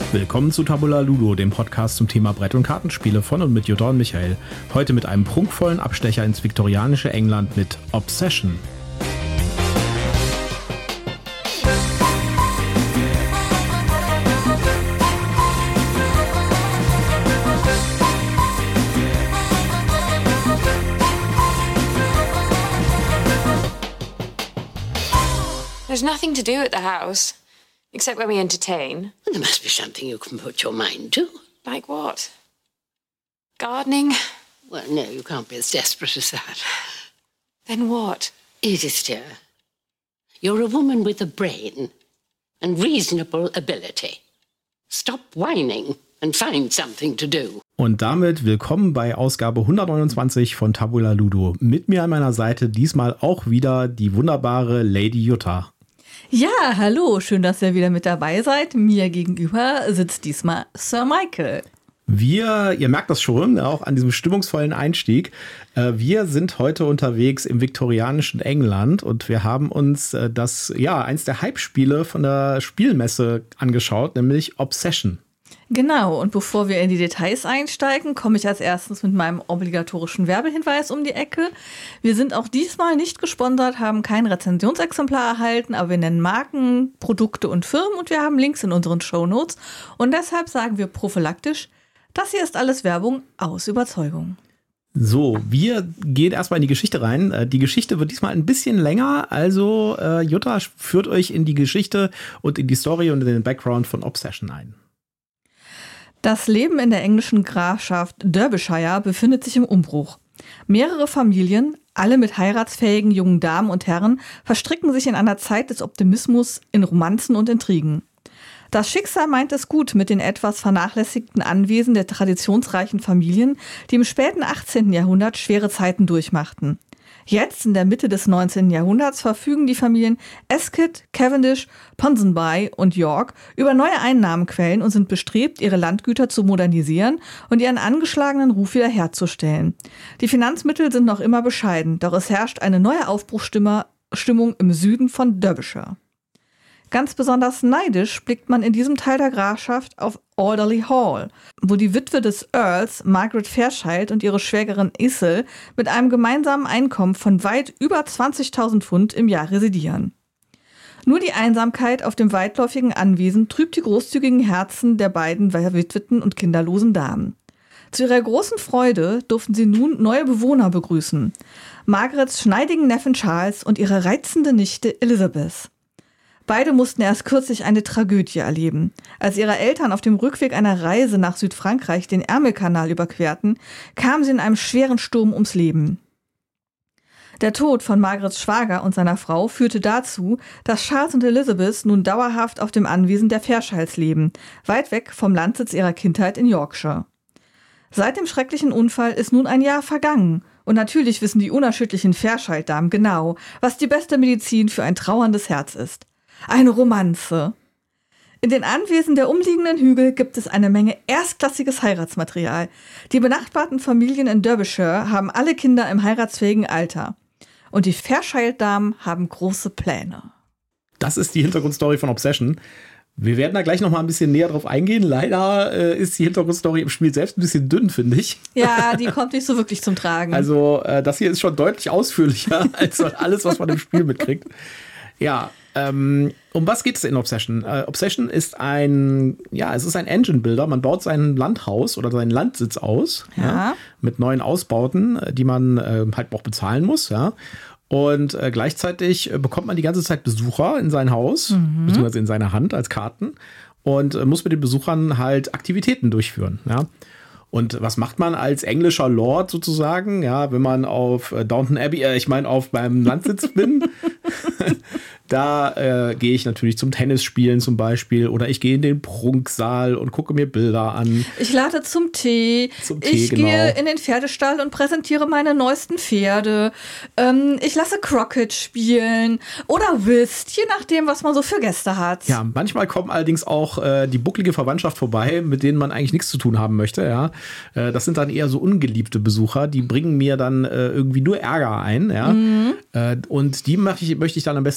Willkommen zu Tabula Ludo, dem Podcast zum Thema Brett- und Kartenspiele von und mit Jutta und Michael. Heute mit einem prunkvollen Abstecher ins viktorianische England mit Obsession. There's nothing to do at the house, except when we entertain. Well, there must be something you can put your mind to. Like what? Gardening? Well, no, you can't be as desperate as that. Then what? Edith, dear, you're a woman with a brain and reasonable ability. Stop whining and find something to do. Und damit willkommen bei Ausgabe 129 von Tabula Ludo. Mit mir an meiner Seite diesmal auch wieder die wunderbare Lady Jutta. Ja, hallo, schön, dass ihr wieder mit dabei seid. Mir gegenüber sitzt diesmal Sir Michael. Ihr merkt das schon, auch an diesem stimmungsvollen Einstieg. Wir sind heute unterwegs im viktorianischen England und wir haben uns eins der Hype-Spiele von der Spielmesse angeschaut, nämlich Obsession. Genau, und bevor wir in die Details einsteigen, komme ich als erstes mit meinem obligatorischen Werbehinweis um die Ecke. Wir sind auch diesmal nicht gesponsert, haben kein Rezensionsexemplar erhalten, aber wir nennen Marken, Produkte und Firmen und wir haben Links in unseren Shownotes. Und deshalb sagen wir prophylaktisch, das hier ist alles Werbung aus Überzeugung. So, wir gehen erstmal in die Geschichte rein. Die Geschichte wird diesmal ein bisschen länger, also Jutta führt euch in die Geschichte und in die Story und in den Background von Obsession ein. Das Leben in der englischen Grafschaft Derbyshire befindet sich im Umbruch. Mehrere Familien, alle mit heiratsfähigen jungen Damen und Herren, verstricken sich in einer Zeit des Optimismus in Romanzen und Intrigen. Das Schicksal meint es gut mit den etwas vernachlässigten Anwesen der traditionsreichen Familien, die im späten 18. Jahrhundert schwere Zeiten durchmachten. Jetzt, in der Mitte des 19. Jahrhunderts, verfügen die Familien Ascot, Cavendish, Ponsonby und York über neue Einnahmenquellen und sind bestrebt, ihre Landgüter zu modernisieren und ihren angeschlagenen Ruf wiederherzustellen. Die Finanzmittel sind noch immer bescheiden, doch es herrscht eine neue Aufbruchsstimmung im Süden von Derbyshire. Ganz besonders neidisch blickt man in diesem Teil der Grafschaft auf Alderley Hall, wo die Witwe des Earls, Margaret Fairchild, und ihre Schwägerin Ethel mit einem gemeinsamen Einkommen von weit über 20.000 Pfund im Jahr residieren. Nur die Einsamkeit auf dem weitläufigen Anwesen trübt die großzügigen Herzen der beiden verwitweten und kinderlosen Damen. Zu ihrer großen Freude durften sie nun neue Bewohner begrüßen: Margarets schneidigen Neffen Charles und ihre reizende Nichte Elizabeth. Beide mussten erst kürzlich eine Tragödie erleben. Als ihre Eltern auf dem Rückweg einer Reise nach Südfrankreich den Ärmelkanal überquerten, kamen sie in einem schweren Sturm ums Leben. Der Tod von Margarets Schwager und seiner Frau führte dazu, dass Charles und Elizabeth nun dauerhaft auf dem Anwesen der Fairchilds leben, weit weg vom Landsitz ihrer Kindheit in Yorkshire. Seit dem schrecklichen Unfall ist nun ein Jahr vergangen. Und natürlich wissen die unerschütterlichen Fairchild-Damen genau, was die beste Medizin für ein trauerndes Herz ist. Eine Romanze. In den Anwesen der umliegenden Hügel gibt es eine Menge erstklassiges Heiratsmaterial. Die benachbarten Familien in Derbyshire haben alle Kinder im heiratsfähigen Alter. Und die Fairchild-Damen haben große Pläne. Das ist die Hintergrundstory von Obsession. Wir werden da gleich noch mal ein bisschen näher drauf eingehen. Leider ist die Hintergrundstory im Spiel selbst ein bisschen dünn, finde ich. Ja, die kommt nicht so wirklich zum Tragen. Also das hier ist schon deutlich ausführlicher als alles, was man im Spiel mitkriegt. Ja, um was geht es in Obsession? Obsession ist ein Engine-Builder. Man baut sein Landhaus oder seinen Landsitz aus, ja, mit neuen Ausbauten, die man halt auch bezahlen muss, ja. Und gleichzeitig bekommt man die ganze Zeit Besucher in sein Haus, beziehungsweise in seine Hand als Karten und muss mit den Besuchern halt Aktivitäten durchführen, ja. Und was macht man als englischer Lord sozusagen, ja, wenn man auf Downton Abbey, auf meinem Landsitz bin? Da gehe ich natürlich zum Tennisspielen zum Beispiel oder ich gehe in den Prunksaal und gucke mir Bilder an. Ich lade zum Tee. Ich gehe in den Pferdestall und präsentiere meine neuesten Pferde. Ich lasse Croquet spielen oder Whist, je nachdem, was man so für Gäste hat. Ja, manchmal kommt allerdings auch die bucklige Verwandtschaft vorbei, mit denen man eigentlich nichts zu tun haben möchte. Ja, das sind dann eher so ungeliebte Besucher, die bringen mir dann irgendwie nur Ärger ein. Ja, und die möchte ich dann am besten wieder los.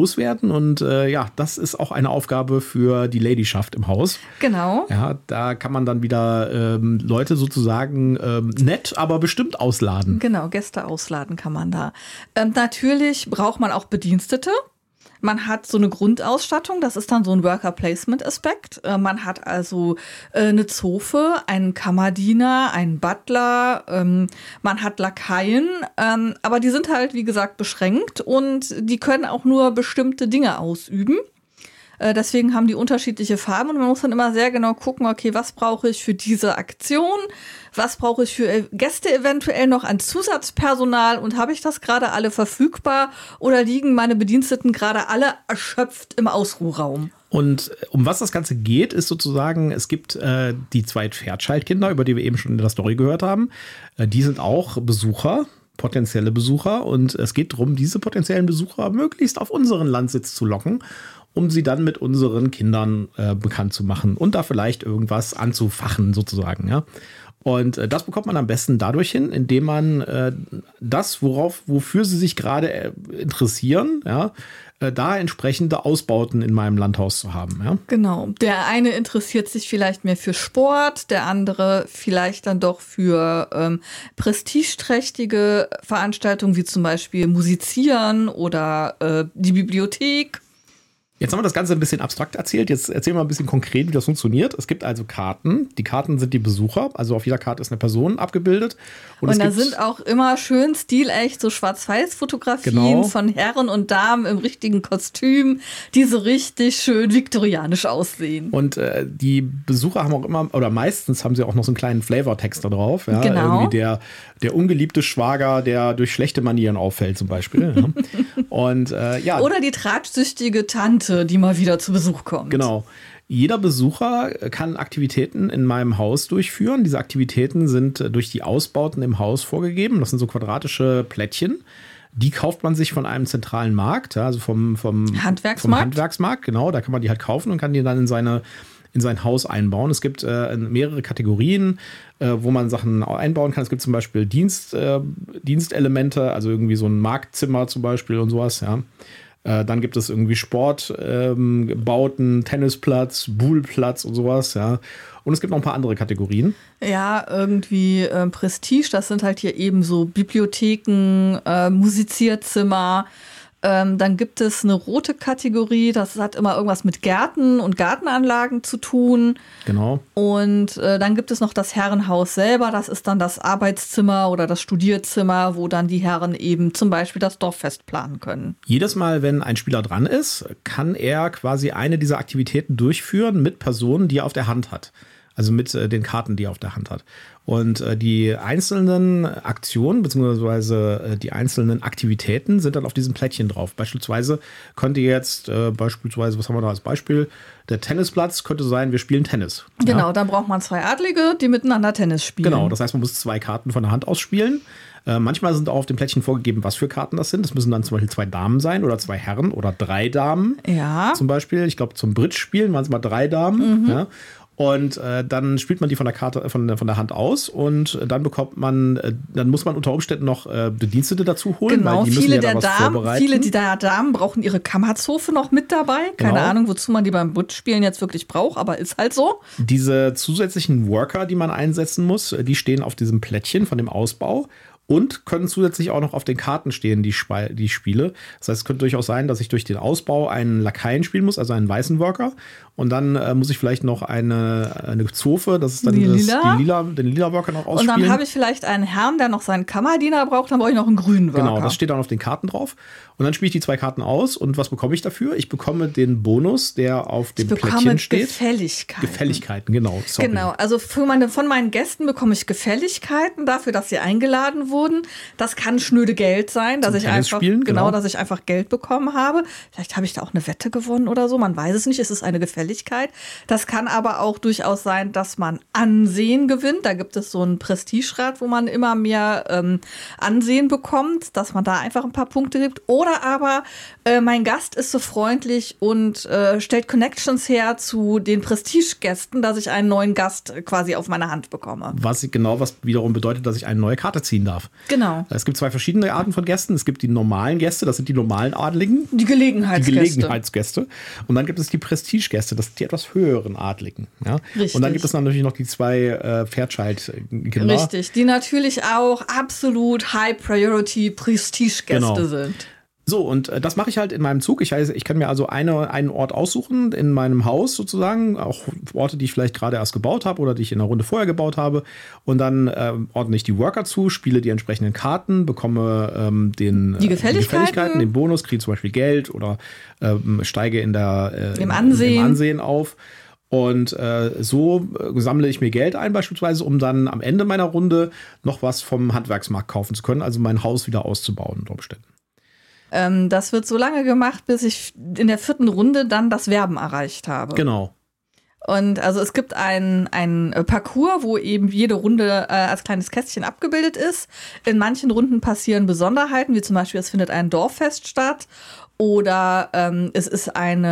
loswerden. Und das ist auch eine Aufgabe für die Ladyschaft im Haus. Genau. Ja, da kann man dann wieder Leute sozusagen nett, aber bestimmt ausladen. Genau, Gäste ausladen kann man da. Natürlich braucht man auch Bedienstete. Man hat so eine Grundausstattung, das ist dann so ein Worker-Placement-Aspekt. Man hat also eine Zofe, einen Kammerdiener, einen Butler, man hat Lakaien, aber die sind halt, wie gesagt, beschränkt und die können auch nur bestimmte Dinge ausüben. Deswegen haben die unterschiedliche Farben und man muss dann immer sehr genau gucken, okay, was brauche ich für diese Aktion, was brauche ich für Gäste eventuell noch an Zusatzpersonal und habe ich das gerade alle verfügbar oder liegen meine Bediensteten gerade alle erschöpft im Ausruhraum? Und um was das Ganze geht, ist sozusagen, es gibt die 2 Pferdschaltkinder, über die wir eben schon in der Story gehört haben. Die sind auch Besucher, potenzielle Besucher und es geht darum, diese potenziellen Besucher möglichst auf unseren Landsitz zu locken, um sie dann mit unseren Kindern bekannt zu machen und da vielleicht irgendwas anzufachen sozusagen, ja. Und das bekommt man am besten dadurch hin, indem man das, wofür sie sich gerade interessieren, ja, da entsprechende Ausbauten in meinem Landhaus zu haben. Ja? Genau. Der eine interessiert sich vielleicht mehr für Sport, der andere vielleicht dann doch für prestigeträchtige Veranstaltungen wie zum Beispiel Musizieren oder die Bibliothek. Jetzt haben wir das Ganze ein bisschen abstrakt erzählt. Jetzt erzählen wir ein bisschen konkret, wie das funktioniert. Es gibt also Karten. Die Karten sind die Besucher. Also auf jeder Karte ist eine Person abgebildet. Und da sind auch immer schön stilecht so Schwarz-Weiß-Fotografien genau. von Herren und Damen im richtigen Kostüm, die so richtig schön viktorianisch aussehen. Und die Besucher haben auch immer, oder meistens haben sie auch noch so einen kleinen Flavortext da drauf. Ja? Genau. Irgendwie der ungeliebte Schwager, der durch schlechte Manieren auffällt zum Beispiel. Ja? Und, oder die tratschsüchtige Tante, die mal wieder zu Besuch kommt. Genau. Jeder Besucher kann Aktivitäten in meinem Haus durchführen. Diese Aktivitäten sind durch die Ausbauten im Haus vorgegeben. Das sind so quadratische Plättchen. Die kauft man sich von einem zentralen Markt, also vom Handwerksmarkt. Vom Handwerksmarkt, genau. Da kann man die halt kaufen und kann die dann in sein Haus einbauen. Es gibt mehrere Kategorien, wo man Sachen einbauen kann. Es gibt zum Beispiel Dienstelemente, also irgendwie so ein Marktzimmer zum Beispiel und sowas, ja. Dann gibt es irgendwie Sportbauten, Tennisplatz, Poolplatz und sowas, ja. Und es gibt noch ein paar andere Kategorien. Ja, irgendwie Prestige, das sind halt hier eben so Bibliotheken, Musizierzimmer. Dann gibt es eine rote Kategorie, das hat immer irgendwas mit Gärten und Gartenanlagen zu tun. Genau. Und dann gibt es noch das Herrenhaus selber, das ist dann das Arbeitszimmer oder das Studierzimmer, wo dann die Herren eben zum Beispiel das Dorffest planen können. Jedes Mal, wenn ein Spieler dran ist, kann er quasi eine dieser Aktivitäten durchführen mit Personen, die er auf der Hand hat. Also mit den Karten, die er auf der Hand hat. Und die einzelnen Aktionen bzw. Die einzelnen Aktivitäten sind dann auf diesem Plättchen drauf. Beispielsweise könnte jetzt, was haben wir da als Beispiel? Der Tennisplatz könnte sein, wir spielen Tennis. Genau, dann braucht man 2 Adlige, die miteinander Tennis spielen. Genau, das heißt, man muss 2 Karten von der Hand aus spielen. Manchmal sind auch auf dem Plättchen vorgegeben, was für Karten das sind. Das müssen dann zum Beispiel 2 Damen sein oder 2 Herren oder 3 Damen. Ja. Zum Beispiel, ich glaube, zum Bridge-Spielen waren es mal 3 Damen. Mhm. Ja. Und dann spielt man die von der Karte, von der Hand aus und dann dann muss man unter Umständen noch Bedienstete dazu holen, genau, weil die müssen ja da was vorbereiten. Viele der Damen brauchen ihre Kammerzofe noch mit dabei. Keine Genau. Ahnung, wozu man die beim Bridge-Spielen jetzt wirklich braucht, aber ist halt so. Diese zusätzlichen Worker, die man einsetzen muss, die stehen auf diesem Plättchen von dem Ausbau. Und können zusätzlich auch noch auf den Karten stehen, die ich spiele. Das heißt, es könnte durchaus sein, dass ich durch den Ausbau einen Lakaien spielen muss, also einen weißen Worker. Und dann muss ich vielleicht noch eine Zofe, das ist dann den lila Worker noch ausspielen. Und dann habe ich vielleicht einen Herrn, der noch seinen Kammerdiener braucht, dann brauche ich noch einen grünen Worker. Genau, das steht dann auf den Karten drauf. Und dann spiele ich die 2 Karten aus. Und was bekomme ich dafür? Ich bekomme den Bonus, der auf dem Plättchen steht. Gefälligkeiten, genau. Sorry. Genau, also von meinen Gästen bekomme ich Gefälligkeiten dafür, dass sie eingeladen wurden. Das kann schnöde Geld sein, dass ich einfach Geld bekommen habe. Vielleicht habe ich da auch eine Wette gewonnen oder so. Man weiß es nicht. Es ist eine Gefälligkeit. Das kann aber auch durchaus sein, dass man Ansehen gewinnt. Da gibt es so einen Prestigerad, wo man immer mehr Ansehen bekommt, dass man da einfach ein paar Punkte gibt. Oder aber mein Gast ist so freundlich und stellt Connections her zu den Prestigegästen, dass ich einen neuen Gast quasi auf meine Hand bekomme. Was wiederum bedeutet, dass ich eine neue Karte ziehen darf. darf. Genau. Es gibt 2 verschiedene Arten von Gästen. Es gibt die normalen Gäste, das sind die normalen Adligen. Die Gelegenheitsgäste. Und dann gibt es die Prestigegäste, das sind die etwas höheren Adligen. Ja? Richtig. Und dann gibt es natürlich noch die 2 Fairchild-Kinder. Richtig, die natürlich auch absolut High-Priority-Prestigegäste sind. So, und das mache ich halt in meinem Zug. Ich kann mir also einen Ort aussuchen in meinem Haus sozusagen, auch Orte, die ich vielleicht gerade erst gebaut habe oder die ich in der Runde vorher gebaut habe. Und dann ordne ich die Worker zu, spiele die entsprechenden Karten, bekomme die Gefälligkeiten, den Bonus, kriege zum Beispiel Geld oder steige im Ansehen auf. Und so sammle ich mir Geld ein beispielsweise, um dann am Ende meiner Runde noch was vom Handwerksmarkt kaufen zu können, also mein Haus wieder auszubauen unter Umständen. Das wird so lange gemacht, bis ich in der 4. Runde dann das Werben erreicht habe. Genau. Und also es gibt ein Parcours, wo eben jede Runde als kleines Kästchen abgebildet ist. In manchen Runden passieren Besonderheiten, wie zum Beispiel es findet ein Dorffest statt oder es ist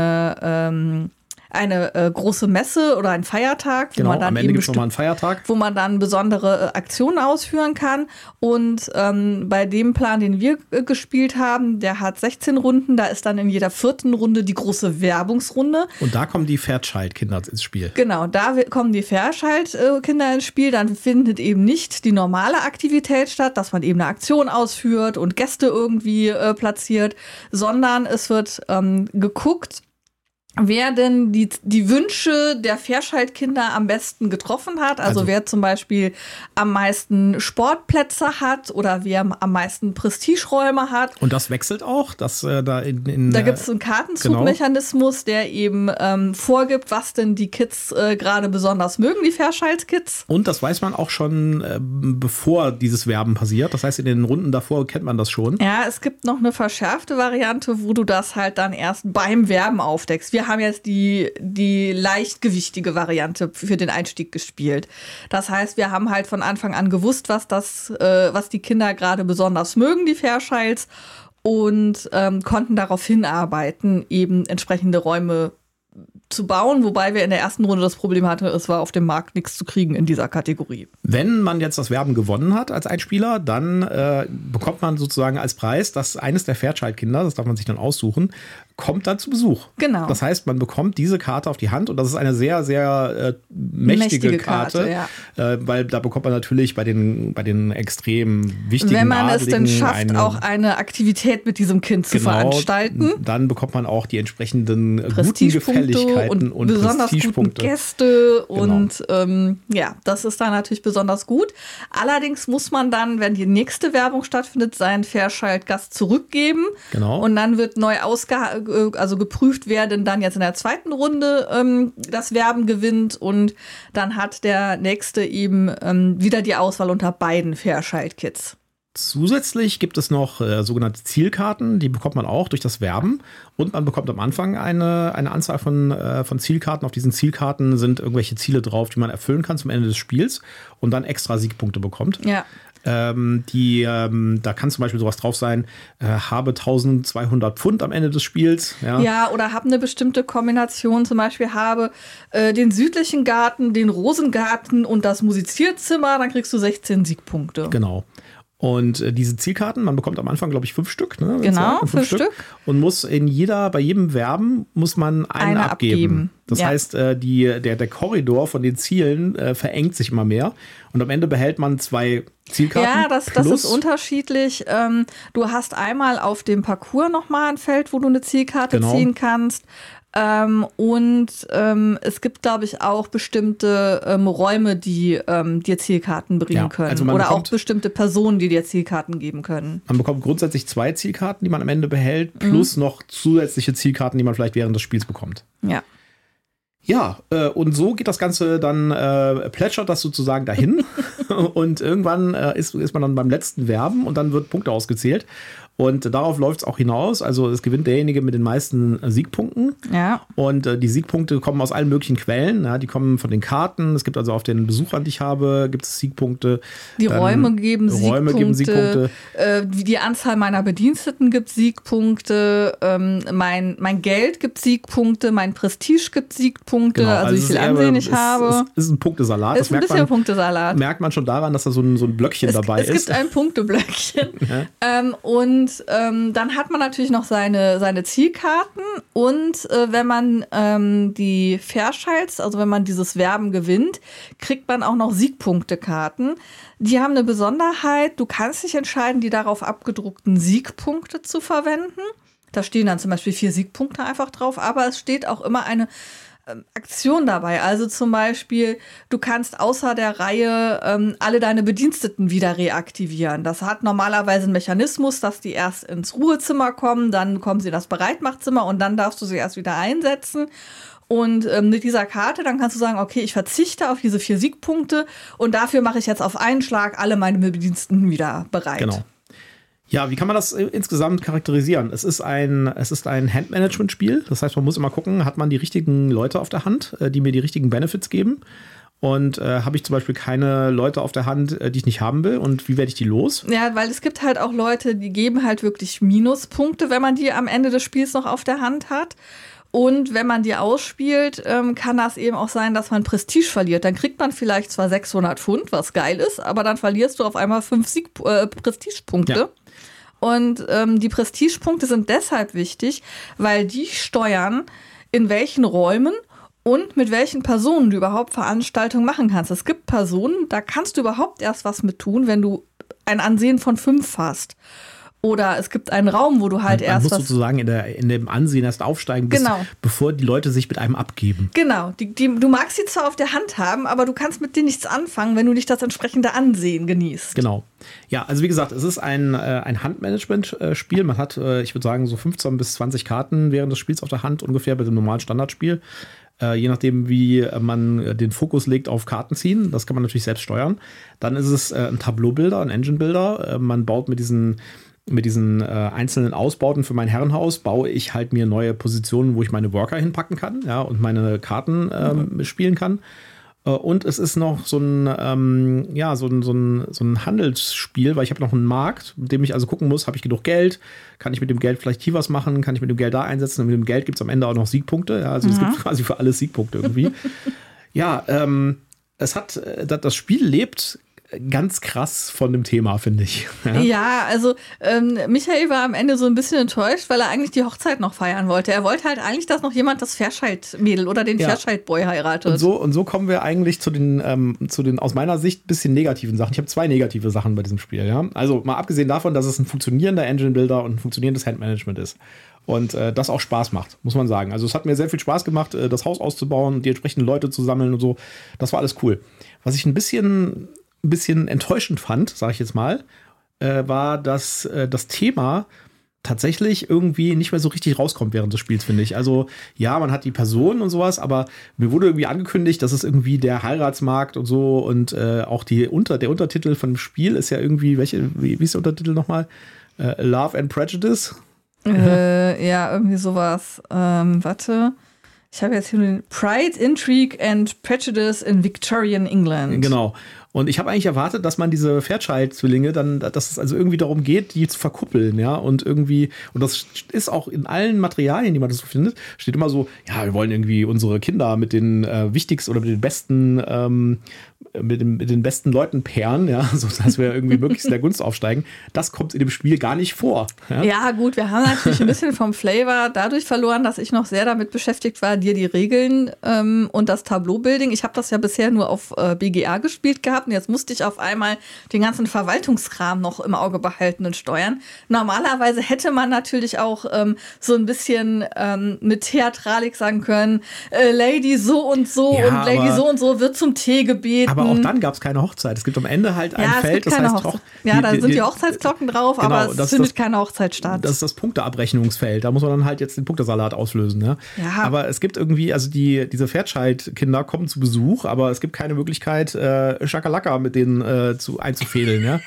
eine große Messe oder ein Feiertag, wo man dann am Ende gibt es nochmal einen Feiertag, wo man dann besondere Aktionen ausführen kann. Und bei dem Plan, den wir gespielt haben, der hat 16 Runden, da ist dann in jeder 4. Runde die große Werbungsrunde. Und da kommen die Fairchild-Kinder ins Spiel. Genau, da kommen die Fairchild-Kinder ins Spiel. Dann findet eben nicht die normale Aktivität statt, dass man eben eine Aktion ausführt und Gäste irgendwie platziert, sondern es wird geguckt, wer denn die Wünsche der Fairchild-Kinder am besten getroffen hat. Also wer zum Beispiel am meisten Sportplätze hat oder wer am meisten Prestigeräume hat. Und das wechselt auch. Da gibt es einen Kartenzugmechanismus, der eben vorgibt, was denn die Kids gerade besonders mögen, die Fairchild-Kids. Und das weiß man auch schon, bevor dieses Werben passiert. Das heißt, in den Runden davor kennt man das schon. Ja, es gibt noch eine verschärfte Variante, wo du das halt dann erst beim Werben aufdeckst. Wir haben jetzt die leichtgewichtige Variante für den Einstieg gespielt. Das heißt, wir haben halt von Anfang an gewusst, was die Kinder gerade besonders mögen, die Fairchilds, und konnten darauf hinarbeiten, eben entsprechende Räume zu bauen, wobei wir in der ersten Runde das Problem hatten, es war auf dem Markt nichts zu kriegen in dieser Kategorie. Wenn man jetzt das Werben gewonnen hat als Einspieler, dann bekommt man sozusagen als Preis, dass eines der Fairchild-Kinder, das darf man sich dann aussuchen, kommt dann zu Besuch. Genau. Das heißt, man bekommt diese Karte auf die Hand und das ist eine sehr, sehr mächtige Karte, ja. Weil da bekommt man natürlich bei den extrem wichtigen Wenn man Adligen es denn schafft, auch eine Aktivität mit diesem Kind zu veranstalten. Dann bekommt man auch die entsprechenden guten Gefälligkeiten und besonders guten Gäste und das ist dann natürlich besonders gut. Allerdings muss man dann, wenn die nächste Werbung stattfindet, seinen Fairchild-Gast zurückgeben. Genau. Und dann wird neu geprüft, wer denn dann jetzt in der 2. Runde das Werben gewinnt und dann hat der nächste eben wieder die Auswahl unter beiden Fairchild-Kids. Zusätzlich gibt es noch sogenannte Zielkarten, die bekommt man auch durch das Werben und man bekommt am Anfang eine Anzahl von Zielkarten. Auf diesen Zielkarten sind irgendwelche Ziele drauf, die man erfüllen kann zum Ende des Spiels und dann extra Siegpunkte bekommt. Ja. Da kann zum Beispiel sowas drauf sein, habe 1200 Pfund am Ende des Spiels. Ja, oder habe eine bestimmte Kombination, zum Beispiel habe den südlichen Garten, den Rosengarten und das Musizierzimmer, dann kriegst du 16 Siegpunkte. Genau. Und diese Zielkarten, man bekommt am Anfang, glaube ich, 5 Stück. Ne? Genau, 5 Stück. Und muss bei jedem Werben muss man eine abgeben. Das heißt, der Korridor von den Zielen verengt sich immer mehr. Und am Ende behält man 2 Zielkarten. Ja, das ist unterschiedlich. Du hast einmal auf dem Parcours nochmal ein Feld, wo du eine Zielkarte ziehen kannst. Es gibt, glaube ich, auch bestimmte Räume, die dir Zielkarten bringen können. Also oder auch bestimmte Personen, die dir Zielkarten geben können. Man bekommt grundsätzlich 2 Zielkarten, die man am Ende behält, plus noch zusätzliche Zielkarten, die man vielleicht während des Spiels bekommt. Ja. Ja, und so geht das Ganze dann, plätschert das sozusagen dahin und irgendwann ist man dann beim letzten Werben und dann wird Punkte ausgezählt Und darauf läuft es auch hinaus. Also es gewinnt derjenige mit den meisten Siegpunkten. Ja. Und die Siegpunkte kommen aus allen möglichen Quellen. Ja, die kommen von den Karten. Es gibt also auf den Besuchern, die ich habe, gibt es Siegpunkte. Die Räume geben Siegpunkte. Die Anzahl meiner Bediensteten gibt Siegpunkte. Mein Geld gibt Siegpunkte. Mein Prestige gibt Siegpunkte. Genau, also wie viel Ansehen ich habe. Es ist ein Punktesalat. Es ist ein bisschen Punktesalat. Merkt man schon daran, dass da so ein Blöckchen dabei ist. Es gibt ein Punkteblöckchen. Dann hat man natürlich noch seine Zielkarten und wenn man die Fairchild, also wenn man dieses Werben gewinnt, kriegt man auch noch Siegpunktekarten. Die haben eine Besonderheit, du kannst dich entscheiden, die darauf abgedruckten Siegpunkte zu verwenden. Da stehen dann zum Beispiel 4 Siegpunkte einfach drauf, aber es steht auch immer eine Aktion dabei. Also zum Beispiel, du kannst außer der Reihe alle deine Bediensteten wieder reaktivieren. Das hat normalerweise einen Mechanismus, dass die erst ins Ruhezimmer kommen, dann kommen sie in das Bereitmachzimmer und dann darfst du sie erst wieder einsetzen. Und mit dieser Karte, dann kannst du sagen, okay, ich verzichte auf diese 4 Siegpunkte und dafür mache ich jetzt auf einen Schlag alle meine Bediensteten wieder bereit. Genau. Ja, wie kann man das insgesamt charakterisieren? Es ist ein Handmanagement-Spiel. Das heißt, man muss immer gucken, hat man die richtigen Leute auf der Hand, die mir die richtigen Benefits geben? Und habe ich zum Beispiel keine Leute auf der Hand, die ich nicht haben will? Und wie werde ich die los? Ja, weil es gibt halt auch Leute, die geben halt wirklich Minuspunkte, wenn man die am Ende des Spiels noch auf der Hand hat. Und wenn man die ausspielt, kann das eben auch sein, dass man Prestige verliert. Dann kriegt man vielleicht zwar 600 Pfund, was geil ist, aber dann verlierst du auf einmal 5 Prestigepunkte. Ja. Und die Prestigepunkte sind deshalb wichtig, weil die steuern, in welchen Räumen und mit welchen Personen du überhaupt Veranstaltungen machen kannst. Es gibt Personen, da kannst du überhaupt erst was mit tun, wenn du ein Ansehen von 5 hast. Oder es gibt einen Raum, wo du halt man erst muss sozusagen in dem Ansehen erst aufsteigen, bevor die Leute sich mit einem abgeben. Genau. Du magst sie zwar auf der Hand haben, aber du kannst mit denen nichts anfangen, wenn du nicht das entsprechende Ansehen genießt. Genau. Ja, also wie gesagt, es ist ein Handmanagement-Spiel. Man hat, ich würde sagen, so 15 bis 20 Karten während des Spiels auf der Hand, ungefähr bei dem normalen Standardspiel. Je nachdem, wie man den Fokus legt auf Karten ziehen. Das kann man natürlich selbst steuern. Dann ist es ein Tableau-Builder, ein Engine-Builder. Man baut mit diesen einzelnen Ausbauten für mein Herrenhaus, baue ich halt mir neue Positionen, wo ich meine Worker hinpacken kann, ja, und meine Karten spielen kann. Und es ist noch so ein Handelsspiel, weil ich habe noch einen Markt, mit dem ich also gucken muss, habe ich genug Geld, kann ich mit dem Geld vielleicht hier was machen, kann ich mit dem Geld da einsetzen und mit dem Geld gibt es am Ende auch noch Siegpunkte. Ja, also es gibt quasi für alles Siegpunkte irgendwie. Ja, das Spiel lebt ganz krass von dem Thema, finde ich. Ja, also Michael war am Ende so ein bisschen enttäuscht, weil er eigentlich die Hochzeit noch feiern wollte. Er wollte halt eigentlich, dass noch jemand das Fairchild-Mädel oder den Fairchild-Boy heiratet. Und so kommen wir eigentlich zu den aus meiner Sicht ein bisschen negativen Sachen. Ich habe 2 negative Sachen bei diesem Spiel. Ja? Also mal abgesehen davon, dass es ein funktionierender Engine-Builder und ein funktionierendes Handmanagement ist. Und das auch Spaß macht, muss man sagen. Also es hat mir sehr viel Spaß gemacht, das Haus auszubauen, die entsprechenden Leute zu sammeln und so. Das war alles cool. Was ich ein bisschen enttäuschend fand, sage ich jetzt mal, war, dass das Thema tatsächlich irgendwie nicht mehr so richtig rauskommt während des Spiels, finde ich. Also ja, man hat die Personen und sowas, aber mir wurde irgendwie angekündigt, dass es irgendwie der Heiratsmarkt und so und auch der Untertitel von dem Spiel ist ja irgendwie, wie ist der Untertitel nochmal? Love and Prejudice? Ja, irgendwie sowas. Warte. Ich habe jetzt hier den Pride, Intrigue and Prejudice in Victorian England. Genau. Und ich habe eigentlich erwartet, dass man diese Fairchild-Zwillinge dass es also irgendwie darum geht, die zu verkuppeln, ja, und das ist auch in allen Materialien, die man so findet, steht immer so, ja, wir wollen irgendwie unsere Kinder mit den wichtigsten oder mit den besten mit den besten Leuten pairen, ja, so dass wir irgendwie möglichst in der Gunst aufsteigen. Das kommt in dem Spiel gar nicht vor. Ja, gut, wir haben natürlich ein bisschen vom Flavor dadurch verloren, dass ich noch sehr damit beschäftigt war, dir die Regeln und das Tableau-Building. Ich habe das ja bisher nur auf BGA gespielt gehabt und jetzt musste ich auf einmal den ganzen Verwaltungskram noch im Auge behalten und steuern. Normalerweise hätte man natürlich auch so ein bisschen mit Theatralik sagen können, Lady so und so ja, und Lady so und so wird zum Tee gebeten. Aber auch dann gab es keine Hochzeit. Es gibt am Ende halt ein Feld, das heißt da sind die Hochzeitsglocken drauf, genau, aber es findet keine Hochzeit statt. Das ist das Punkteabrechnungsfeld. Da muss man dann halt jetzt den Punktesalat auslösen. Ja? Ja. Aber es gibt irgendwie, also diese Fairchild-Kinder kommen zu Besuch, aber es gibt keine Möglichkeit, Schakalaka mit denen einzufädeln. Ja?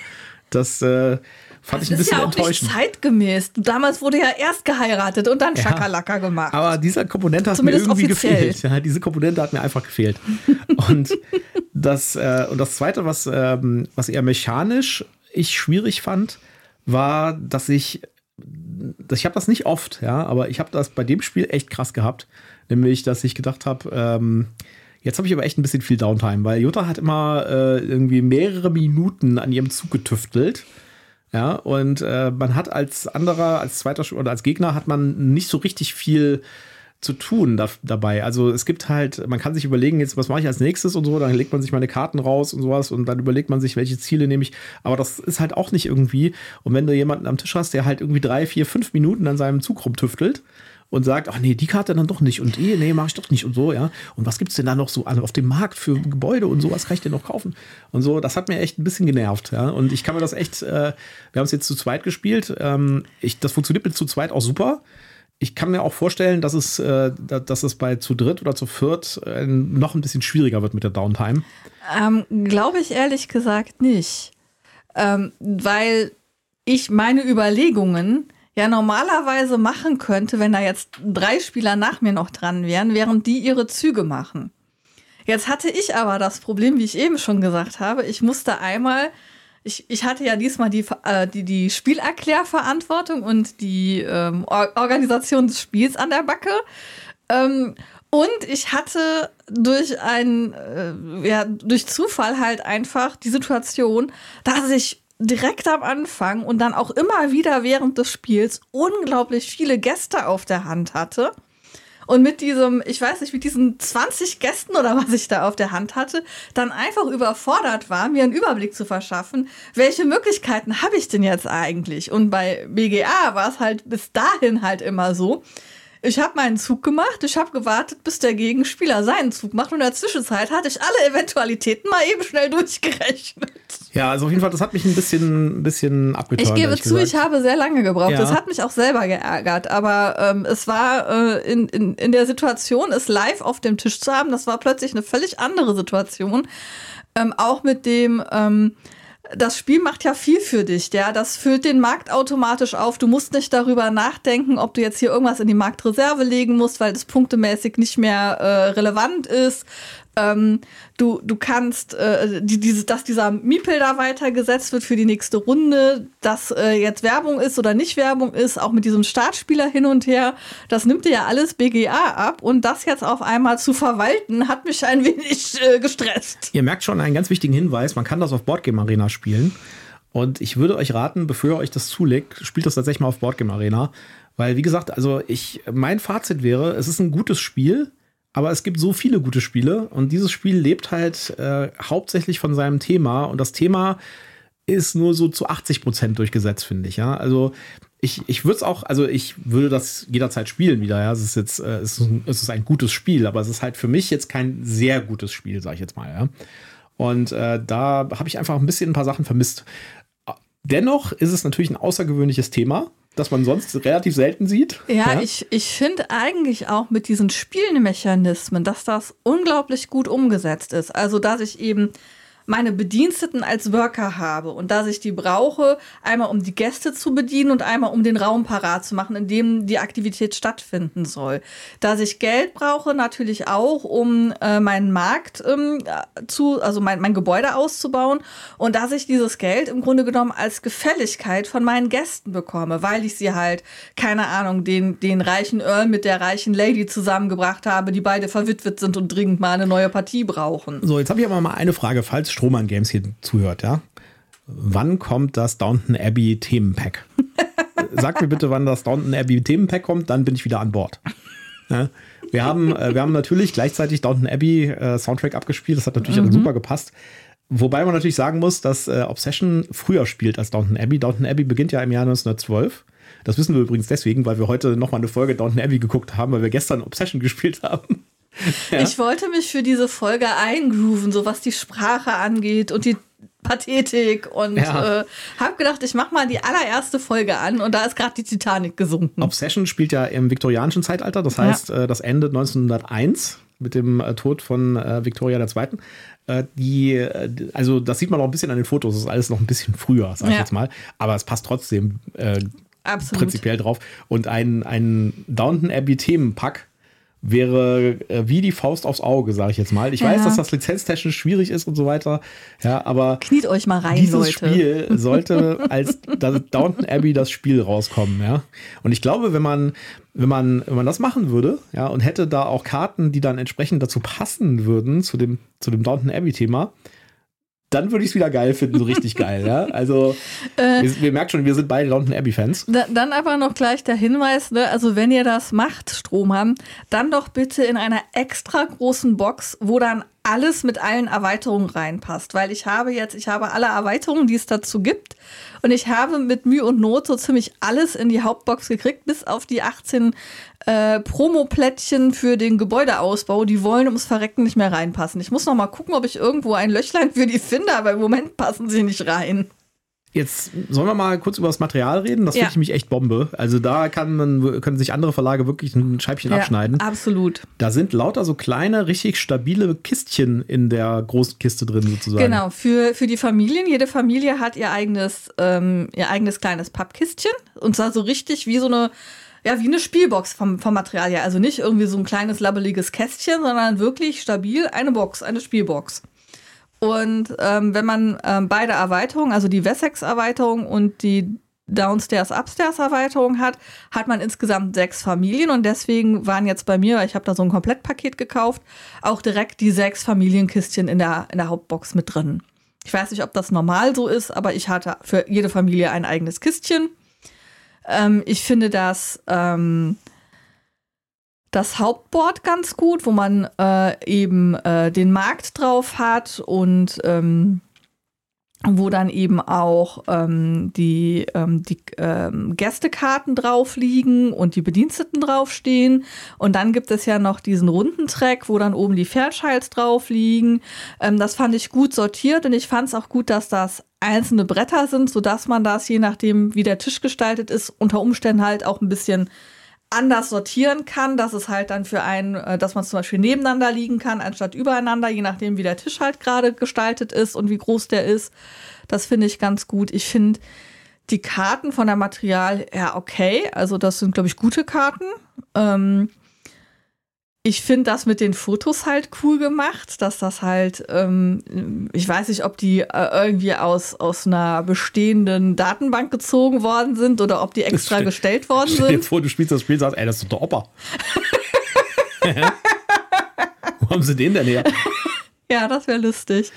Das fand ich ein bisschen enttäuschend. Das ist ja auch nicht zeitgemäß. Damals wurde ja erst geheiratet und dann Schakalaka gemacht. Aber dieser Komponente hat Zumindest mir irgendwie offiziell gefehlt. Ja, diese Komponente hat mir einfach gefehlt. Und das Zweite, was eher mechanisch ich schwierig fand, war, dass ich habe das nicht oft, ja, aber ich habe das bei dem Spiel echt krass gehabt. Nämlich, dass ich gedacht habe, jetzt habe ich aber echt ein bisschen viel Downtime, weil Jutta hat immer irgendwie mehrere Minuten an ihrem Zug getüftelt. Ja, und man hat als zweiter oder als Gegner hat man nicht so richtig viel zu tun dabei. Also es gibt halt, man kann sich überlegen, jetzt, was mache ich als nächstes und so, dann legt man sich meine Karten raus und sowas und dann überlegt man sich, welche Ziele nehme ich. Aber das ist halt auch nicht irgendwie. Und wenn du jemanden am Tisch hast, der halt irgendwie 3, 4, 5 Minuten an seinem Zug rumtüftelt und sagt, ach nee, die Karte dann doch nicht und nee, mache ich doch nicht und so, ja. Und was gibt's denn da noch so auf dem Markt für Gebäude und so, was kann ich denn noch kaufen? Und so, das hat mir echt ein bisschen genervt, ja. Und ich kann mir das echt, wir haben es jetzt zu zweit gespielt, das funktioniert mit zu zweit auch super. Ich kann mir auch vorstellen, dass es bei zu dritt oder zu viert noch ein bisschen schwieriger wird mit der Downtime. Glaube ich ehrlich gesagt nicht. Weil ich meine Überlegungen ja normalerweise machen könnte, wenn da jetzt 3 Spieler nach mir noch dran wären, während die ihre Züge machen. Jetzt hatte ich aber das Problem, wie ich eben schon gesagt habe, ich musste einmal, ich hatte ja diesmal die Spielerklärverantwortung und die Organisation des Spiels an der Backe. Und ich hatte durch Zufall halt einfach die Situation, dass ich direkt am Anfang und dann auch immer wieder während des Spiels unglaublich viele Gäste auf der Hand hatte. Und mit diesen 20 Gästen oder was ich da auf der Hand hatte, dann einfach überfordert war, mir einen Überblick zu verschaffen, welche Möglichkeiten habe ich denn jetzt eigentlich? Und bei BGA war es halt bis dahin halt immer so, ich habe meinen Zug gemacht, ich habe gewartet, bis der Gegenspieler seinen Zug macht und in der Zwischenzeit hatte ich alle Eventualitäten mal eben schnell durchgerechnet. Ja, also auf jeden Fall, das hat mich ein bisschen abgetan. Ich gebe zu, ich habe sehr lange gebraucht. Ja. Das hat mich auch selber geärgert, aber es war in der Situation, es live auf dem Tisch zu haben, das war plötzlich eine völlig andere Situation. Auch mit dem das Spiel macht ja viel für dich, ja. Das füllt den Markt automatisch auf. Du musst nicht darüber nachdenken, ob du jetzt hier irgendwas in die Marktreserve legen musst, weil das punktemäßig nicht mehr relevant ist. Du kannst, dass dieser Miepel da weitergesetzt wird für die nächste Runde, dass jetzt Werbung ist oder nicht Werbung ist, auch mit diesem Startspieler hin und her, das nimmt dir ja alles BGA ab und das jetzt auf einmal zu verwalten, hat mich ein wenig gestresst. Ihr merkt schon einen ganz wichtigen Hinweis, man kann das auf Boardgame Arena spielen und ich würde euch raten, bevor ihr euch das zulegt, spielt das tatsächlich mal auf Boardgame Arena, weil wie gesagt, also mein Fazit wäre, es ist ein gutes Spiel, aber es gibt so viele gute Spiele und dieses Spiel lebt halt hauptsächlich von seinem Thema und das Thema ist nur so zu 80% durchgesetzt, finde ich. Ja, also ich würde es auch, also ich würde das jederzeit spielen wieder. Ja, es ist jetzt, es ist ein gutes Spiel, aber es ist halt für mich jetzt kein sehr gutes Spiel, sage ich jetzt mal. Ja, und da habe ich einfach ein paar Sachen vermisst. Dennoch ist es natürlich ein außergewöhnliches Thema, das man sonst relativ selten sieht. Ja, ich finde eigentlich auch mit diesen Spielmechanismen, dass das unglaublich gut umgesetzt ist. Also, dass ich eben meine Bediensteten als Worker habe und dass ich die brauche, einmal um die Gäste zu bedienen und einmal um den Raum parat zu machen, in dem die Aktivität stattfinden soll. Dass ich Geld brauche, natürlich auch, um meinen Markt also mein Gebäude auszubauen und dass ich dieses Geld im Grunde genommen als Gefälligkeit von meinen Gästen bekomme, weil ich sie halt, keine Ahnung, den reichen Earl mit der reichen Lady zusammengebracht habe, die beide verwitwet sind und dringend mal eine neue Partie brauchen. So, jetzt habe ich aber mal eine Frage, falls Strohmann Games hier zuhört, ja? Wann kommt das Downton Abbey Themenpack? Sag mir bitte, wann das Downton Abbey Themenpack kommt, dann bin ich wieder an Bord. Ja? Wir haben natürlich gleichzeitig Downton Abbey Soundtrack abgespielt, das hat natürlich super gepasst. Wobei man natürlich sagen muss, dass Obsession früher spielt als Downton Abbey. Downton Abbey beginnt ja im Jahr 1912. Das wissen wir übrigens deswegen, weil wir heute nochmal eine Folge Downton Abbey geguckt haben, weil wir gestern Obsession gespielt haben. Ja. Ich wollte mich für diese Folge eingrooven, so was die Sprache angeht und die Pathetik und habe gedacht, ich mache mal die allererste Folge an und da ist gerade die Titanic gesunken. Obsession spielt ja im viktorianischen Zeitalter, das heißt, das endet 1901. mit dem Tod von Victoria II. Also das sieht man auch ein bisschen an den Fotos, das ist alles noch ein bisschen früher, sag ich jetzt mal, aber es passt trotzdem prinzipiell drauf. Und ein Downton Abbey Themenpack wäre wie die Faust aufs Auge, sage ich jetzt mal. Ich weiß, dass das lizenztechnisch schwierig ist und so weiter. Ja, aber kniet euch mal rein, dieses Leute. Spiel sollte als Downton Abbey das Spiel rauskommen. Ja, und ich glaube, wenn man das machen würde, ja, und hätte da auch Karten, die dann entsprechend dazu passen würden zu dem Downton Abbey Thema, dann würde ich es wieder geil finden, so richtig geil. Ja? Also, wir merken schon, wir sind beide Downton Abbey-Fans. Dann aber noch gleich der Hinweis, ne? Also wenn ihr das macht, Strohmann, dann doch bitte in einer extra großen Box, wo dann alles mit allen Erweiterungen reinpasst. Weil ich habe alle Erweiterungen, die es dazu gibt. Und ich habe mit Mühe und Not so ziemlich alles in die Hauptbox gekriegt, bis auf die 18 Promo-Plättchen für den Gebäudeausbau. Die wollen ums Verrecken nicht mehr reinpassen. Ich muss noch mal gucken, ob ich irgendwo ein Löchlein für die finde, aber im Moment passen sie nicht rein. Jetzt sollen wir mal kurz über das Material reden. Das finde ich nämlich echt Bombe. Also da können sich andere Verlage wirklich ein Scheibchen abschneiden. Absolut. Da sind lauter so kleine, richtig stabile Kistchen in der großen Kiste drin sozusagen. Genau, für die Familien. Jede Familie hat ihr eigenes kleines Pappkistchen. Und zwar so richtig wie so eine, ja, wie eine Spielbox vom Material her. Also nicht irgendwie so ein kleines, labbeliges Kästchen, sondern wirklich stabil eine Box, eine Spielbox. Und wenn man beide Erweiterungen, also die Wessex-Erweiterung und die Downstairs-Upstairs-Erweiterung hat man insgesamt 6 Familien. Und deswegen waren jetzt bei mir, ich habe da so ein Komplettpaket gekauft, auch direkt die 6 Familienkistchen in der Hauptbox mit drin. Ich weiß nicht, ob das normal so ist, aber ich hatte für jede Familie ein eigenes Kistchen. Ich finde das Hauptboard ganz gut, wo man eben den Markt drauf hat und wo dann eben auch die Gästekarten drauf liegen und die Bediensteten draufstehen. Und dann gibt es ja noch diesen runden Track, wo dann oben die Fairchilds drauf liegen. Das fand ich gut sortiert und ich fand es auch gut, dass das einzelne Bretter sind, sodass man das, je nachdem wie der Tisch gestaltet ist, unter Umständen halt auch ein bisschen anders sortieren kann, dass es halt dann dass man es zum Beispiel nebeneinander liegen kann, anstatt übereinander, je nachdem, wie der Tisch halt gerade gestaltet ist und wie groß der ist. Das finde ich ganz gut. Ich finde die Karten von der Material okay. Also das sind, glaube ich, gute Karten. Ich finde das mit den Fotos halt cool gemacht, dass das halt, ich weiß nicht, ob die irgendwie aus einer bestehenden Datenbank gezogen worden sind oder ob die extra gestellt worden sind. Stell dir vor, du spielst das Spiel und sagst, ey, das ist doch der Opa. Wo haben sie den denn her? Ja, das wäre lustig.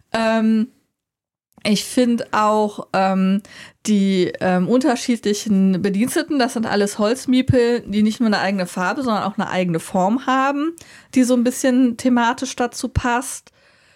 Ich finde auch die unterschiedlichen Bediensteten, das sind alles Holzmiepel, die nicht nur eine eigene Farbe, sondern auch eine eigene Form haben, die so ein bisschen thematisch dazu passt.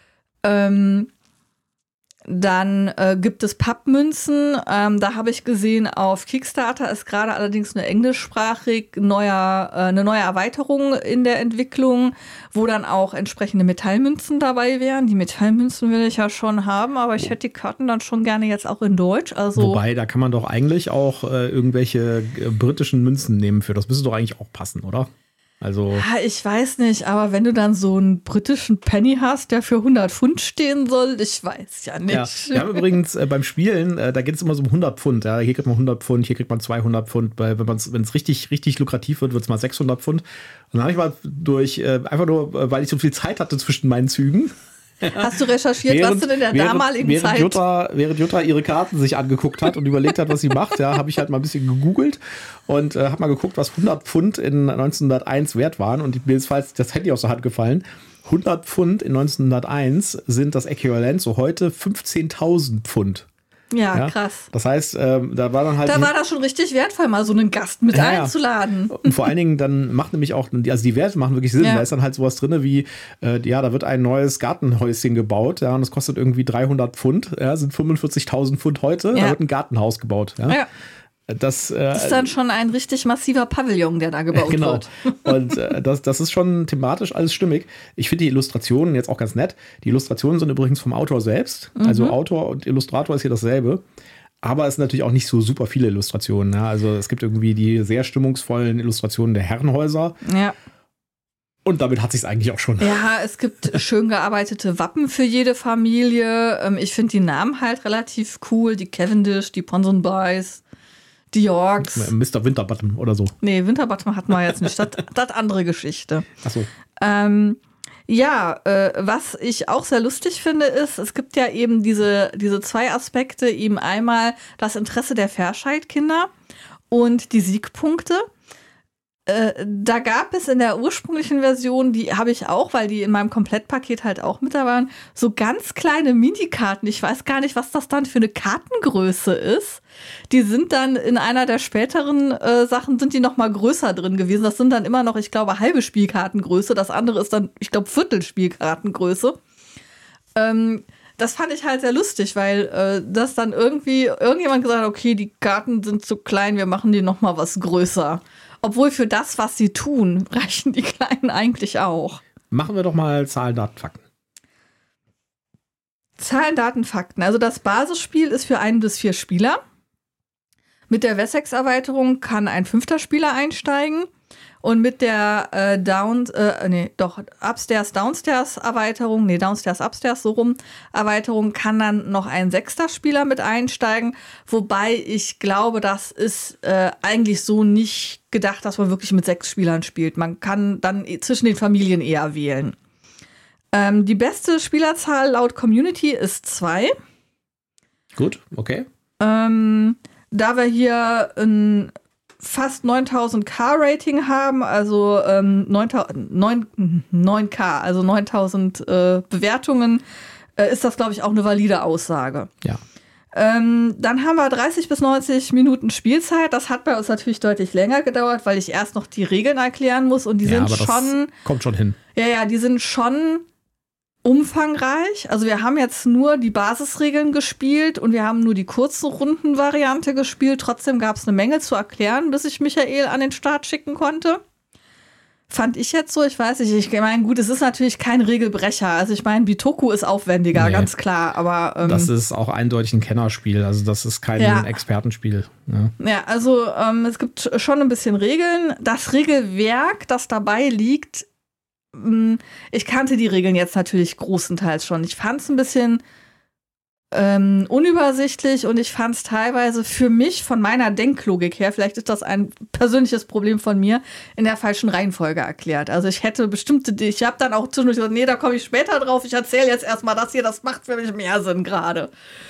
Dann gibt es Pappmünzen. Da habe ich gesehen, auf Kickstarter ist gerade allerdings nur englischsprachig eine neue Erweiterung in der Entwicklung, wo dann auch entsprechende Metallmünzen dabei wären. Die Metallmünzen will ich ja schon haben, aber ich hätte die Karten dann schon gerne jetzt auch in Deutsch. Also wobei, da kann man doch eigentlich auch irgendwelche britischen Münzen nehmen für. Das müsste doch eigentlich auch passen, oder? Also ja, ich weiß nicht, aber wenn du dann so einen britischen Penny hast, der für 100 Pfund stehen soll, ich weiß ja nicht. Ja, wir haben übrigens beim Spielen, da geht es immer so um 100 Pfund. Ja, hier kriegt man 100 Pfund, hier kriegt man 200 Pfund. Wenn es richtig, richtig lukrativ wird, wird es mal 600 Pfund. Und dann habe ich mal einfach nur, weil ich so viel Zeit hatte zwischen meinen Zügen. Hast du recherchiert, was du in der damaligen Zeit... Während Jutta ihre Karten sich angeguckt hat und überlegt hat, was sie macht, ja, habe ich halt mal ein bisschen gegoogelt und habe mal geguckt, was 100 Pfund in 1901 wert waren. Und mir ist das Handy aus der Hand gefallen. 100 Pfund in 1901 sind das Äquivalent so heute 15.000 Pfund. Ja, krass. Das heißt, da war dann halt. Da war das schon richtig wertvoll, mal so einen Gast mit einzuladen. Und vor allen Dingen, dann macht nämlich auch, also die Werte machen wirklich Sinn. Ja. Da ist dann halt sowas drin wie, da wird ein neues Gartenhäuschen gebaut, ja, und das kostet irgendwie 300 Pfund, ja, sind 45.000 Pfund heute, da wird ein Gartenhaus gebaut, ja. Das ist dann schon ein richtig massiver Pavillon, der da gebaut wird. Und das ist schon thematisch alles stimmig. Ich finde die Illustrationen jetzt auch ganz nett. Die Illustrationen sind übrigens vom Autor selbst. Also Autor und Illustrator ist hier dasselbe. Aber es sind natürlich auch nicht so super viele Illustrationen. Ja? Also es gibt irgendwie die sehr stimmungsvollen Illustrationen der Herrenhäuser. Ja. Und damit hat sich's eigentlich auch schon. Ja, es gibt schön gearbeitete Wappen für jede Familie. Ich finde die Namen halt relativ cool. Die Cavendish, die Ponsonbys, die Yorks. Mr. Winterbottom oder so. Nee, Winterbottom hatten wir jetzt nicht. Das andere Geschichte. Ach so. Was ich auch sehr lustig finde, ist, es gibt ja eben diese zwei Aspekte, eben einmal das Interesse der Fairchild-Kinder und die Siegpunkte. Da gab es in der ursprünglichen Version, die habe ich auch, weil die in meinem Komplettpaket halt auch mit da waren, so ganz kleine Minikarten. Ich weiß gar nicht, was das dann für eine Kartengröße ist. Die sind dann in einer der späteren Sachen, sind die noch mal größer drin gewesen. Das sind dann immer noch, ich glaube, halbe Spielkartengröße. Das andere ist dann, ich glaube, Viertelspielkartengröße. Das fand ich halt sehr lustig, weil das dann irgendwie irgendjemand gesagt hat, okay, die Karten sind zu klein, wir machen die noch mal was größer. Obwohl für das, was sie tun, reichen die Kleinen eigentlich auch. Machen wir doch mal Zahlen, Daten, Fakten. Zahlen, Daten, Fakten. Also das Basisspiel ist für 1 bis 4 Spieler. Mit der Wessex-Erweiterung kann ein 5. Spieler einsteigen. Und mit der Upstairs-Downstairs-Erweiterung, Downstairs-Upstairs, so rum, Erweiterung, kann dann noch ein 6. Spieler mit einsteigen. Wobei ich glaube, das ist eigentlich so nicht gedacht, dass man wirklich mit 6 Spielern spielt. Man kann dann zwischen den Familien eher wählen. Die beste Spielerzahl laut Community ist 2. Gut, okay. Da wir hier ein fast 9000 K-Rating haben, also 9K, also 9000 Bewertungen, ist das, glaube ich, auch eine valide Aussage. Ja. Dann haben wir 30 bis 90 Minuten Spielzeit. Das hat bei uns natürlich deutlich länger gedauert, weil ich erst noch die Regeln erklären muss und die sind aber schon. Kommt schon hin. Ja, die sind schon umfangreich. Also wir haben jetzt nur die Basisregeln gespielt und wir haben nur die kurze Rundenvariante gespielt. Trotzdem gab es eine Menge zu erklären, bis ich Michael an den Start schicken konnte. Fand ich jetzt so, ich weiß nicht, ich meine, gut, es ist natürlich kein Regelbrecher. Also ich meine, Bitoku ist aufwendiger, ganz klar, aber das ist auch eindeutig ein Kennerspiel, also das ist kein Expertenspiel. Ja, also es gibt schon ein bisschen Regeln. Das Regelwerk, das dabei liegt, ich kannte die Regeln jetzt natürlich großenteils schon. Ich fand es ein bisschen unübersichtlich und ich fand es teilweise für mich von meiner Denklogik her, vielleicht ist das ein persönliches Problem von mir, in der falschen Reihenfolge erklärt. Also ich hätte ich habe dann auch zwischendurch gesagt, nee, da komme ich später drauf, ich erzähle jetzt erstmal das hier, das macht für mich mehr Sinn gerade.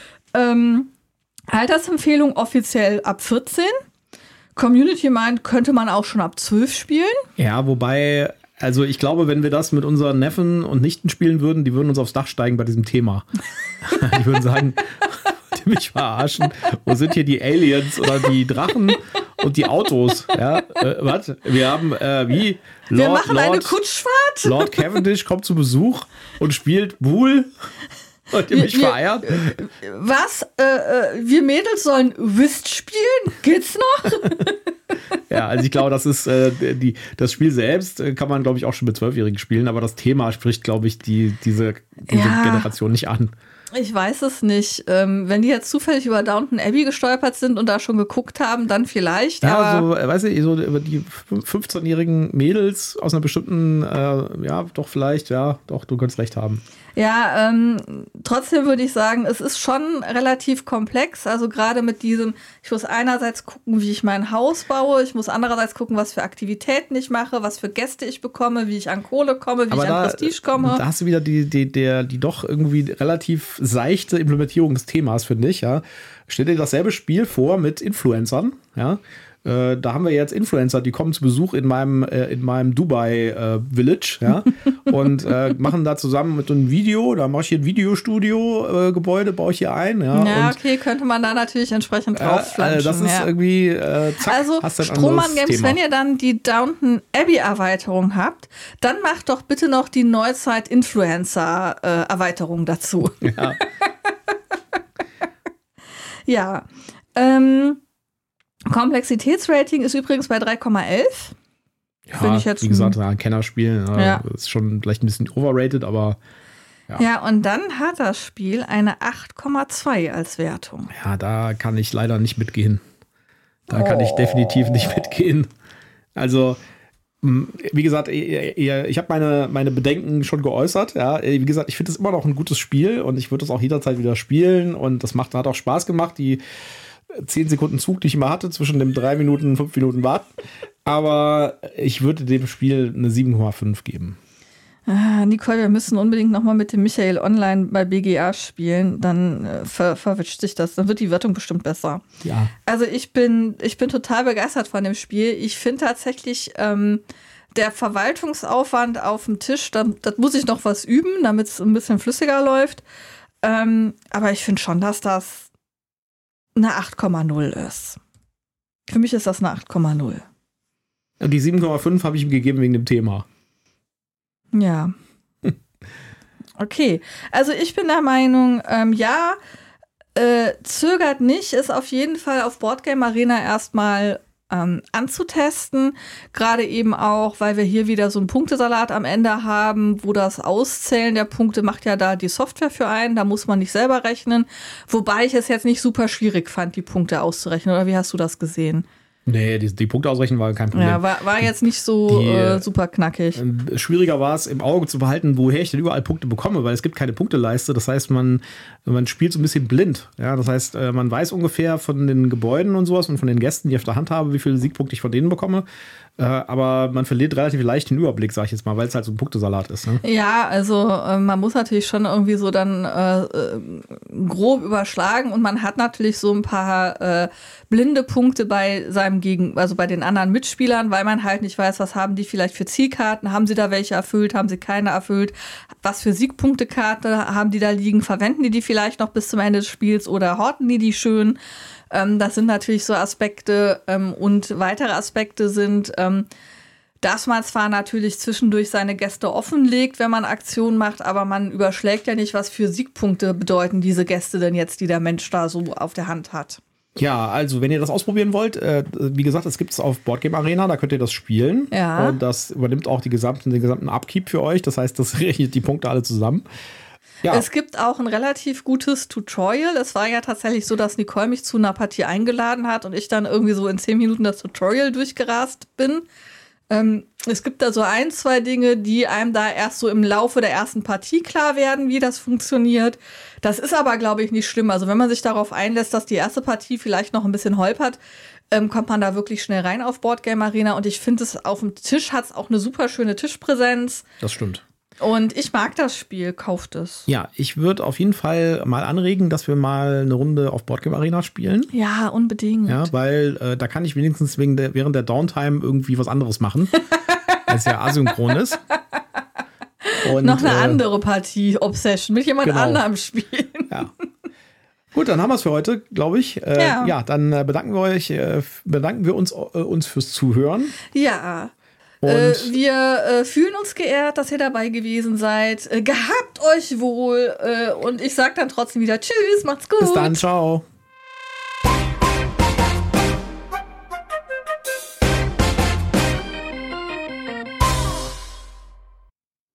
Altersempfehlung offiziell ab 14. Community meint, könnte man auch schon ab 12 spielen. Ja, wobei, also ich glaube, wenn wir das mit unseren Neffen und Nichten spielen würden, die würden uns aufs Dach steigen bei diesem Thema. Die würden sagen, wollt ihr mich verarschen? Wo sind hier die Aliens oder die Drachen und die Autos? Ja, was? Wir haben, wir machen eine Kutschfahrt. Lord Cavendish kommt zu Besuch und spielt Buhl. Wollt ihr mich vereiern? Was? Wir Mädels sollen Whist spielen? Geht's noch? Ja, also ich glaube, das ist das Spiel selbst kann man, glaube ich, auch schon mit 12-Jährigen spielen, aber das Thema spricht, glaube ich, diese Generation nicht an. Ich weiß es nicht. Wenn die jetzt zufällig über Downton Abbey gestolpert sind und da schon geguckt haben, dann vielleicht. Ja, aber so, weiß ich, so über die 15-jährigen Mädels aus einer bestimmten, doch vielleicht, ja, doch, du könntest recht haben. Ja, trotzdem würde ich sagen, es ist schon relativ komplex. Also gerade mit diesem, ich muss einerseits gucken, wie ich mein Haus baue. Ich muss andererseits gucken, was für Aktivitäten ich mache, was für Gäste ich bekomme, wie ich an Kohle komme, wie ich an Prestige komme. Da hast du wieder die doch irgendwie relativ seichte Implementierung des Themas, finde ich. Ja. Stell dir dasselbe Spiel vor mit Influencern, ja. Da haben wir jetzt Influencer, die kommen zu Besuch in meinem Dubai Village, ja, und machen da zusammen mit einem Video, da mache ich hier ein Videostudio Gebäude, baue ich hier ein. Ja, okay, könnte man da natürlich entsprechend draufpflanzen. Das ist irgendwie, zack, also hast du ein Strohmann Games, Thema. wenn ihr dann die Downton Abbey Erweiterung habt, dann macht doch bitte noch die Neuzeit Influencer Erweiterung dazu. Ja. Ja, Komplexitätsrating ist übrigens bei 3,11. Ja, ich jetzt wie gesagt, ein Kennerspiel. Ist schon vielleicht ein bisschen overrated, aber ja, und dann hat das Spiel eine 8,2 als Wertung. Ja, da kann ich leider nicht mitgehen. Da kann ich definitiv nicht mitgehen. Also, wie gesagt, ich habe meine Bedenken schon geäußert. Ja, wie gesagt, ich finde es immer noch ein gutes Spiel und ich würde es auch jederzeit wieder spielen und das hat auch Spaß gemacht. Die 10 Sekunden Zug, die ich immer hatte, zwischen dem 3 Minuten, 5 Minuten warten. Aber ich würde dem Spiel eine 7,5 geben. Nicole, wir müssen unbedingt nochmal mit dem Michael online bei BGA spielen. Dann verwischt sich das. Dann wird die Wertung bestimmt besser. Ja. Also ich bin total begeistert von dem Spiel. Ich finde tatsächlich, der Verwaltungsaufwand auf dem Tisch, das muss ich noch was üben, damit es ein bisschen flüssiger läuft. Aber ich finde schon, dass das eine 8,0 ist. Für mich ist das eine 8,0. Und die 7,5 habe ich ihm gegeben wegen dem Thema. Ja. Okay. Also ich bin der Meinung, zögert nicht, ist auf jeden Fall auf Boardgame Arena erstmal anzutesten. Gerade eben auch, weil wir hier wieder so einen Punktesalat am Ende haben, wo das Auszählen der Punkte macht ja da die Software für einen. Da muss man nicht selber rechnen. Wobei ich es jetzt nicht super schwierig fand, die Punkte auszurechnen. Oder wie hast du das gesehen? Nee, die Punkte ausrechnen war kein Problem. Ja, war jetzt nicht so super knackig. Schwieriger war es, im Auge zu behalten, woher ich denn überall Punkte bekomme, weil es gibt keine Punkteleiste. Das heißt, man spielt so ein bisschen blind. Ja, das heißt, man weiß ungefähr von den Gebäuden und sowas und von den Gästen, die ich auf der Hand habe, wie viele Siegpunkte ich von denen bekomme. Aber man verliert relativ leicht den Überblick, sag ich jetzt mal, weil es halt so ein Punktesalat ist. Ne? Ja, also man muss natürlich schon irgendwie so dann grob überschlagen und man hat natürlich so ein paar blinde Punkte bei seinem also bei den anderen Mitspielern, weil man halt nicht weiß, was haben die vielleicht für Zielkarten, haben sie da welche erfüllt, haben sie keine erfüllt, was für Siegpunktekarte haben die da liegen, verwenden die vielleicht noch bis zum Ende des Spiels oder horten die schön. Das sind natürlich so Aspekte und weitere Aspekte sind, dass man zwar natürlich zwischendurch seine Gäste offenlegt, wenn man Aktionen macht, aber man überschlägt ja nicht, was für Siegpunkte bedeuten diese Gäste denn jetzt, die der Mensch da so auf der Hand hat. Ja, also wenn ihr das ausprobieren wollt, wie gesagt, es gibt es auf Boardgame Arena, da könnt ihr das spielen. Ja. Und das übernimmt auch den gesamten Upkeep für euch. Das heißt, das rechnet die Punkte alle zusammen. Ja. Es gibt auch ein relativ gutes Tutorial. Es war ja tatsächlich so, dass Nicole mich zu einer Partie eingeladen hat und ich dann irgendwie so in 10 Minuten das Tutorial durchgerast bin. Es gibt da so 1, 2 Dinge, die einem da erst so im Laufe der ersten Partie klar werden, wie das funktioniert. Das ist aber, glaube ich, nicht schlimm. Also wenn man sich darauf einlässt, dass die erste Partie vielleicht noch ein bisschen holpert, kommt man da wirklich schnell rein auf Boardgame Arena. Und ich finde, es auf dem Tisch hat es auch eine super schöne Tischpräsenz. Das stimmt. Und ich mag das Spiel, kauft es. Ja, ich würde auf jeden Fall mal anregen, dass wir mal eine Runde auf Boardgame Arena spielen. Ja, unbedingt. Ja, weil da kann ich wenigstens während der Downtime irgendwie was anderes machen, als ja asynchron ist. Und, noch eine andere Partie, Obsession, mit jemand anderem spielen. Ja. Gut, dann haben wir es für heute, glaube ich. Ja, dann bedanken wir uns fürs Zuhören. Ja. Wir fühlen uns geehrt, dass ihr dabei gewesen seid. Gehabt euch wohl. Und ich sag dann trotzdem wieder Tschüss, macht's gut. Bis dann, ciao.